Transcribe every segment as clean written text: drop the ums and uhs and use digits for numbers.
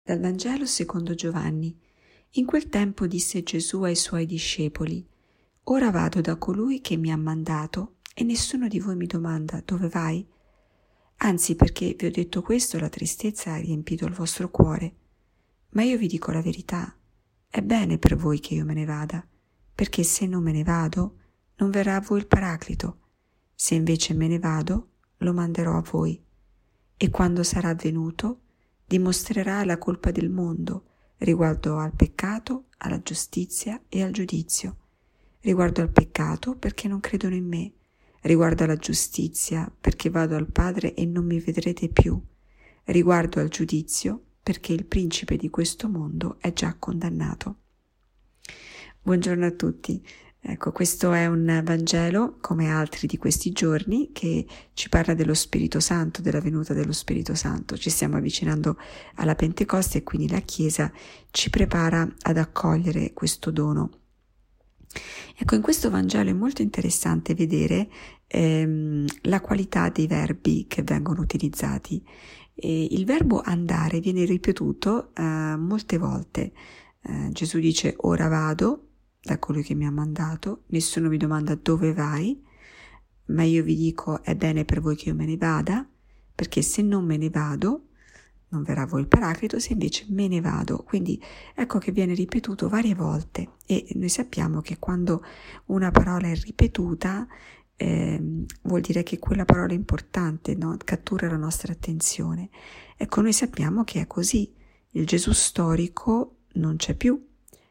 Dal Vangelo secondo Giovanni. In quel tempo disse Gesù ai suoi discepoli: Ora vado da colui che mi ha mandato e nessuno di voi mi domanda: dove vai? Anzi, perché vi ho detto questo, la tristezza ha riempito il vostro cuore. Ma io vi dico la verità: è bene per voi che io me ne vada, perché se non me ne vado, non verrà a voi il Paraclito. Se invece me ne vado, lo manderò a voi. E quando sarà venuto, dimostrerà la colpa del mondo riguardo al peccato, alla giustizia e al giudizio. Riguardo al peccato, perché non credono in me. Riguardo alla giustizia, perché vado al Padre e non mi vedrete più. Riguardo al giudizio, perché il principe di questo mondo è già condannato. Buongiorno a tutti. Ecco, questo è un Vangelo, come altri di questi giorni, che ci parla dello Spirito Santo, della venuta dello Spirito Santo. Ci stiamo avvicinando alla Pentecoste e quindi la Chiesa ci prepara ad accogliere questo dono. Ecco, in questo Vangelo è molto interessante vedere la qualità dei verbi che vengono utilizzati. Il verbo andare viene ripetuto molte volte. Gesù dice: ora vado da colui che mi ha mandato, nessuno mi domanda dove vai, ma io vi dico è bene per voi che io me ne vada, perché se non me ne vado non verrà a voi il Paraclito, se invece me ne vado. Quindi ecco che viene ripetuto varie volte e noi sappiamo che quando una parola è ripetuta vuol dire che quella parola è importante, no? Cattura la nostra attenzione. Ecco, noi sappiamo che è così. Il Gesù storico non c'è più.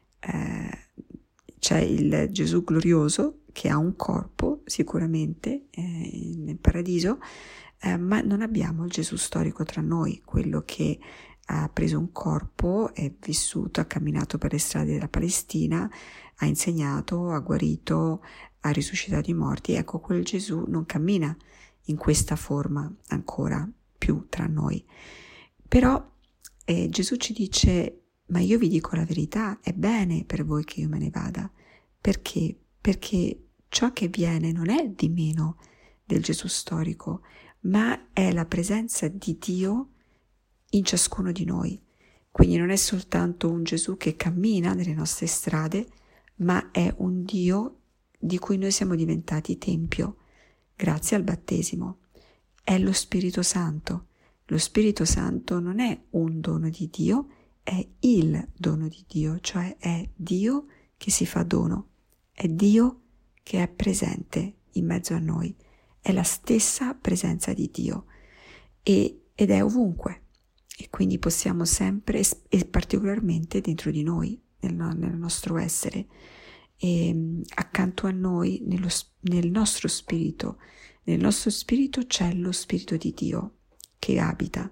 C'è il Gesù glorioso che ha un corpo sicuramente nel paradiso, ma non abbiamo il Gesù storico tra noi, quello che ha preso un corpo, è vissuto, ha camminato per le strade della Palestina, ha insegnato, ha guarito, ha risuscitato i morti. Ecco, quel Gesù non cammina in questa forma ancora più tra noi. Però Gesù ci dice: ma io vi dico la verità, è bene per voi che io me ne vada. Perché? Perché ciò che viene non è di meno del Gesù storico, ma è la presenza di Dio in ciascuno di noi. Quindi non è soltanto un Gesù che cammina nelle nostre strade, ma è un Dio di cui noi siamo diventati tempio, grazie al battesimo. È lo Spirito Santo. Lo Spirito Santo non è un dono di Dio, è il dono di Dio, cioè è Dio che si fa dono, è Dio che è presente in mezzo a noi, è la stessa presenza di Dio ed è ovunque e quindi possiamo sempre e particolarmente dentro di noi, nel nostro essere, e accanto a noi, nel nostro spirito c'è lo Spirito di Dio che abita.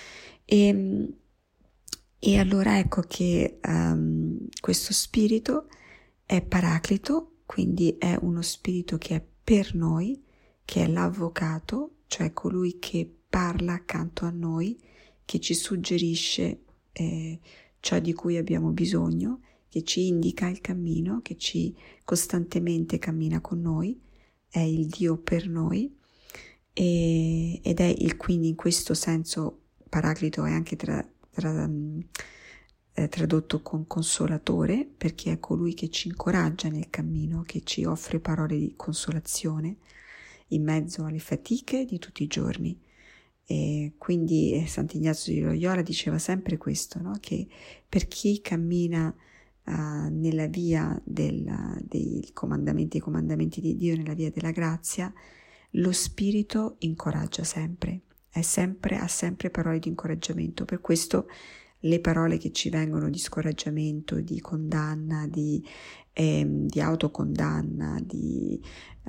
E allora ecco che questo spirito è Paraclito, quindi è uno spirito che è per noi, che è l'avvocato, cioè colui che parla accanto a noi, che ci suggerisce ciò di cui abbiamo bisogno, che ci indica il cammino, che ci costantemente cammina con noi, è il Dio per noi ed è quindi in questo senso Paraclito è anche tradotto con consolatore, perché è colui che ci incoraggia nel cammino, che ci offre parole di consolazione in mezzo alle fatiche di tutti i giorni. E quindi Sant'Ignazio di Loyola diceva sempre questo, no? Che per chi cammina nella via dei comandamenti di Dio, nella via della grazia, lo Spirito incoraggia sempre. Ha sempre parole di incoraggiamento. Per questo le parole che ci vengono di scoraggiamento, di condanna, di autocondanna, di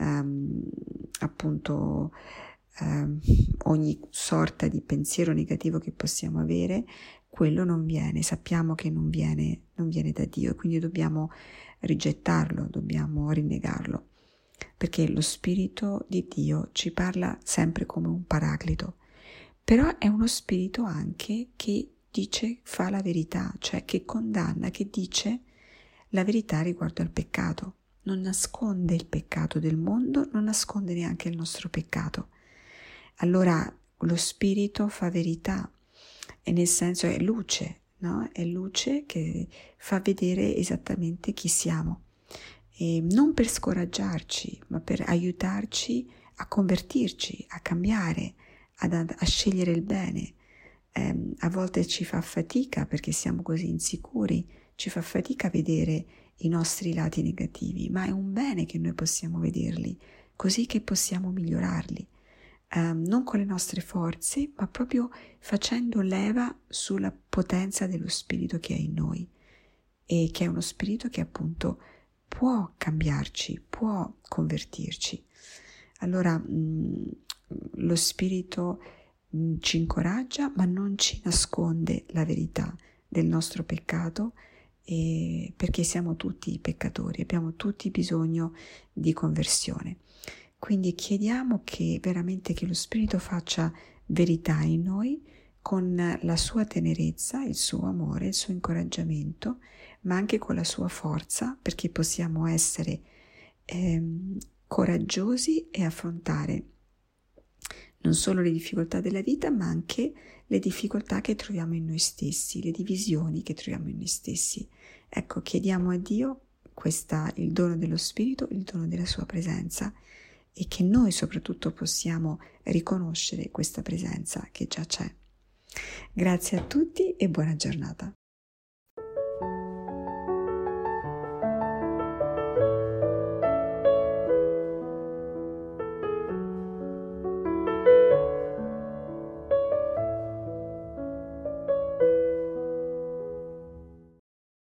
appunto ogni sorta di pensiero negativo che possiamo avere, quello non viene, sappiamo che non viene da Dio e quindi dobbiamo rigettarlo, dobbiamo rinnegarlo, perché lo Spirito di Dio ci parla sempre come un Paraclito. Però è uno spirito anche che fa la verità, cioè che condanna, che dice la verità riguardo al peccato. Non nasconde il peccato del mondo, non nasconde neanche il nostro peccato. Allora lo spirito fa verità e nel senso è luce no? È luce che fa vedere esattamente chi siamo, e non per scoraggiarci, ma per aiutarci a convertirci, a cambiare, a scegliere il bene. A volte ci fa fatica perché siamo così insicuri, ci fa fatica a vedere i nostri lati negativi, ma è un bene che noi possiamo vederli, così che possiamo migliorarli, non con le nostre forze, ma proprio facendo leva sulla potenza dello spirito che è in noi, e che è uno spirito che appunto può cambiarci, può convertirci. Allora lo spirito ci incoraggia, ma non ci nasconde la verità del nostro peccato, perché siamo tutti peccatori, abbiamo tutti bisogno di conversione. Quindi chiediamo che veramente che lo Spirito faccia verità in noi con la sua tenerezza, il suo amore, il suo incoraggiamento, ma anche con la sua forza, perché possiamo essere coraggiosi e affrontare non solo le difficoltà della vita, ma anche le difficoltà che troviamo in noi stessi, le divisioni che troviamo in noi stessi. Ecco, chiediamo a Dio il dono dello Spirito, il dono della sua presenza, e che noi soprattutto possiamo riconoscere questa presenza che già c'è. Grazie a tutti e buona giornata.